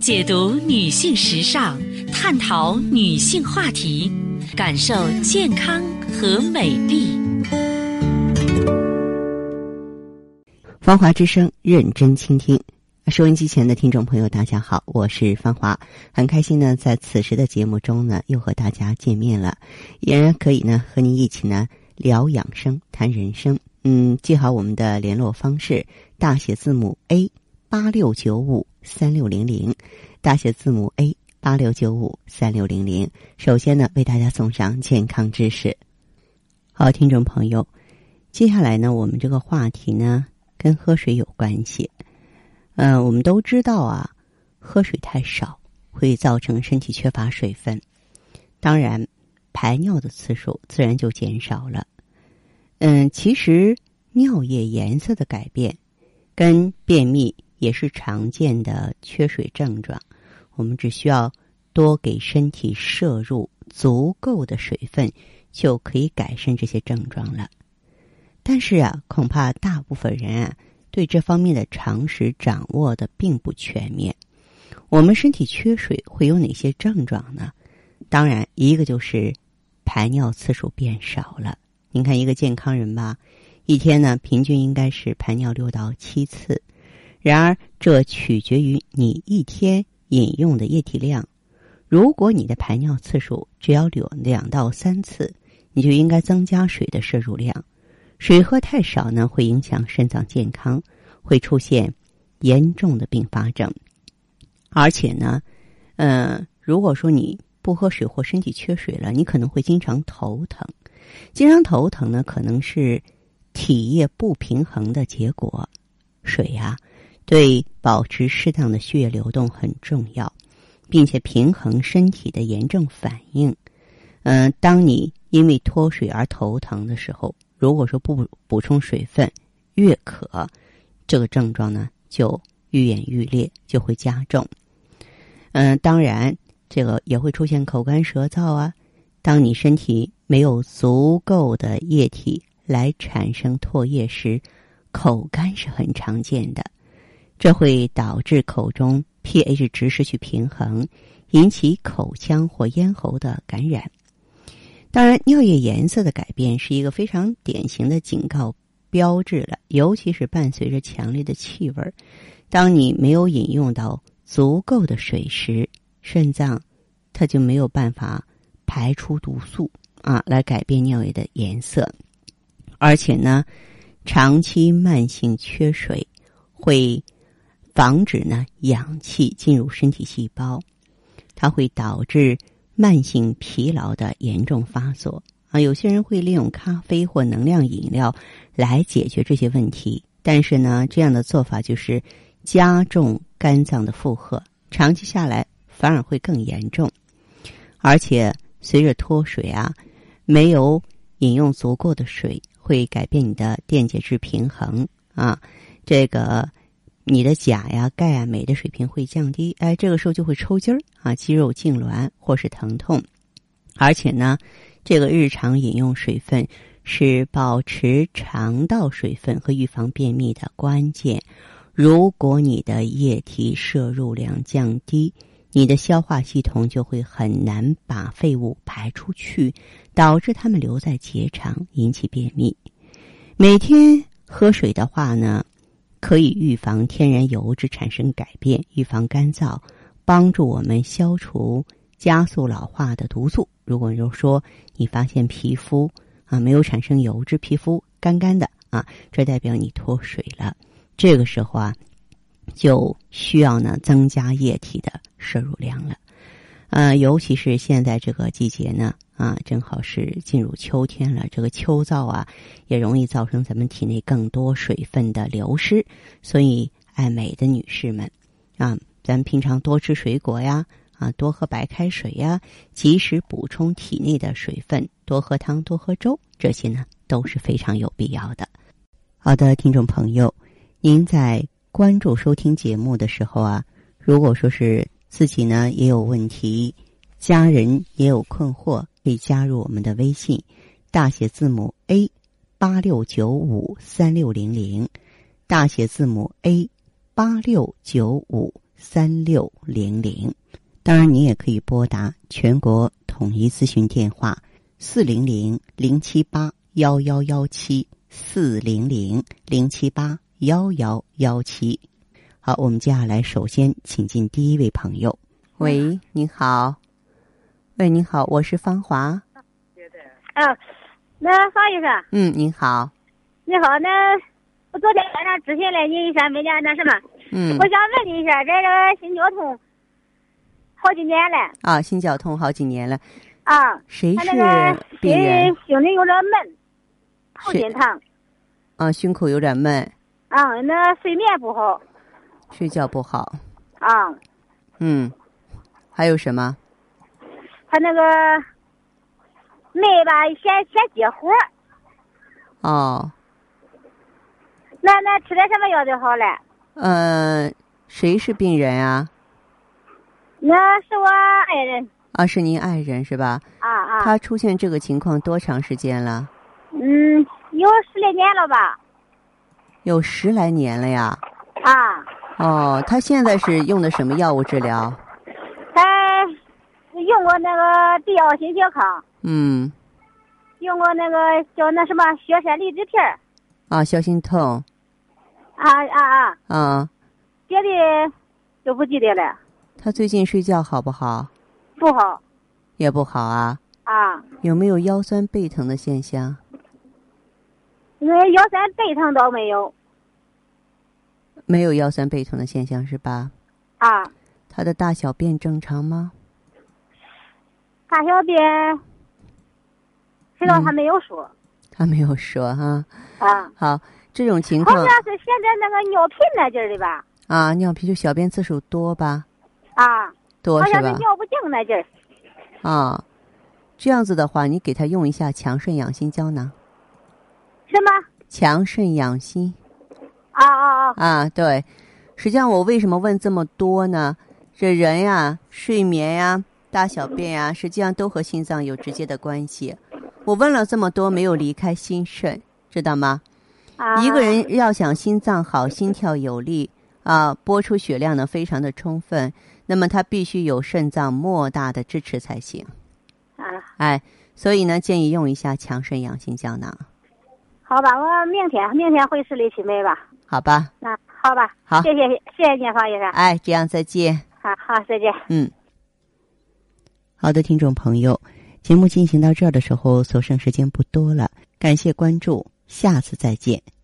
解读女性时尚，探讨女性话题，感受健康和美丽。 芳华之声，认真倾听。收音机前的听众朋友大家好，我是芳华，很开心呢在此时的节目中呢又和大家见面了，依然可以呢和您一起呢聊养生谈人生。记好我们的联络方式，大写字母 A86953600， 大写字母 A86953600。 首先呢为大家送上健康知识。好，听众朋友，接下来呢我们这个话题呢跟喝水有关系。我们都知道啊，喝水太少会造成身体缺乏水分，当然排尿的次数自然就减少了。其实尿液颜色的改变跟便秘也是常见的缺水症状，我们只需要多给身体摄入足够的水分就可以改善这些症状了。但是啊，恐怕大部分人啊对这方面的常识掌握的并不全面。我们身体缺水会有哪些症状呢？当然一个就是排尿次数变少了。您看一个健康人吧，一天呢平均应该是排尿6到7次，然而这取决于你一天饮用的液体量。如果你的排尿次数只要有2到3次，你就应该增加水的摄入量。水喝太少呢，会影响肾脏健康，会出现严重的并发症。而且呢，如果说你不喝水或身体缺水了，你可能会经常头疼。经常头疼呢，可能是体液不平衡的结果。水呀，对保持适当的血液流动很重要，并且平衡身体的炎症反应。当你因为脱水而头疼的时候，如果说不补充水分，越渴，这个症状呢就愈演愈烈，就会加重。当然这个也会出现口干舌燥啊。当你身体没有足够的液体来产生唾液时，口干是很常见的，这会导致口中 pH 值失去平衡，引起口腔或咽喉的感染。当然尿液颜色的改变是一个非常典型的警告标志了，尤其是伴随着强烈的气味。当你没有饮用到足够的水时，肾脏它就没有办法排出毒素来改变尿液的颜色。而且呢，长期慢性缺水会防止呢氧气进入身体细胞，它会导致慢性疲劳的严重发作有些人会利用咖啡或能量饮料来解决这些问题，但是呢，这样的做法就是加重肝脏的负荷，长期下来反而会更严重。而且随着脱水没有饮用足够的水，会改变你的电解质平衡这个你的钾呀、钙啊、镁的水平会降低，这个时候就会抽筋肌肉痉挛或是疼痛。而且呢，这个日常饮用水分是保持肠道水分和预防便秘的关键。如果你的液体摄入量降低，你的消化系统就会很难把废物排出去，导致它们留在结肠，引起便秘。每天喝水的话呢，可以预防天然油脂产生改变，预防干燥，帮助我们消除加速老化的毒素。如果说你发现皮肤没有产生油脂，皮肤干干的这代表你脱水了。这个时候就需要呢增加液体的摄入量了。尤其是现在这个季节呢正好是进入秋天了，这个秋燥也容易造成咱们体内更多水分的流失。所以爱美的女士们咱们平常多吃水果呀多喝白开水呀，及时补充体内的水分，多喝汤多喝粥，这些呢都是非常有必要的。好的，听众朋友，您在关注收听节目的时候如果说是自己呢也有问题，家人也有困惑，可以加入我们的微信，大写字母 A86953600，大写字母 A8695 3600。当然，你也可以拨打全国统一咨询电话400-078-1117，400-078-1117。好，我们接下来首先请进第一位朋友。喂，您好。喂，您好，我是芳华。 那方医生。 您好。 你好，那我昨天晚上咨询了你一下，没那什么。我想问你一下，这个心绞痛好几年了。 啊，心绞痛好几年了。 啊。 谁是病人？心里有点闷，头心疼。 啊，胸口有点闷。 啊，那睡眠不好。 睡觉不好。 啊。 还有什么？ 他那个胃吧，先结火。 哦。 那吃点什么药就好了？ 谁是病人啊？ 那是我爱人。 啊，是您爱人是吧？ 啊。 他出现这个情况多长时间了？ 有10来年了吧。 有10来年了呀。 啊。 哦，他现在是用的什么药物治疗？ 他用过那个地奥辛小康。用过那个叫那什么雪山梨子片。 啊，消心痛。 别的就不记得了。 他最近睡觉好不好？ 不好。 也不好啊。有没有腰酸背疼的现象？ 腰酸背疼倒没有。 没有腰酸背疼的现象是吧？他的大小便正常吗？ 大小便，知道他没有说。 他没有说哈。好，这种情况好像是现在那个尿频那劲儿的吧？ 尿频就小便次数多吧？多是吧？ 好像是尿不尽那劲儿。 这样子的话，你给他用一下强肾养心胶囊。 什么？ 强肾养心。对，实际上我为什么问这么多呢？这人呀，睡眠呀，大小便呀，实际上都和心脏有直接的关系。我问了这么多，没有离开心肾，知道吗？一个人要想心脏好，心跳有力拨出血量呢非常的充分，那么他必须有肾脏莫大的支持才行。所以呢，建议用一下强肾养心胶囊。 好吧，我明天会市里去买吧。 好吧。 那好吧。 好， 谢谢您，方医生。 这样再见。 好，再见。 好的，听众朋友，节目进行到这儿的时候，所剩时间不多了，感谢关注，下次再见。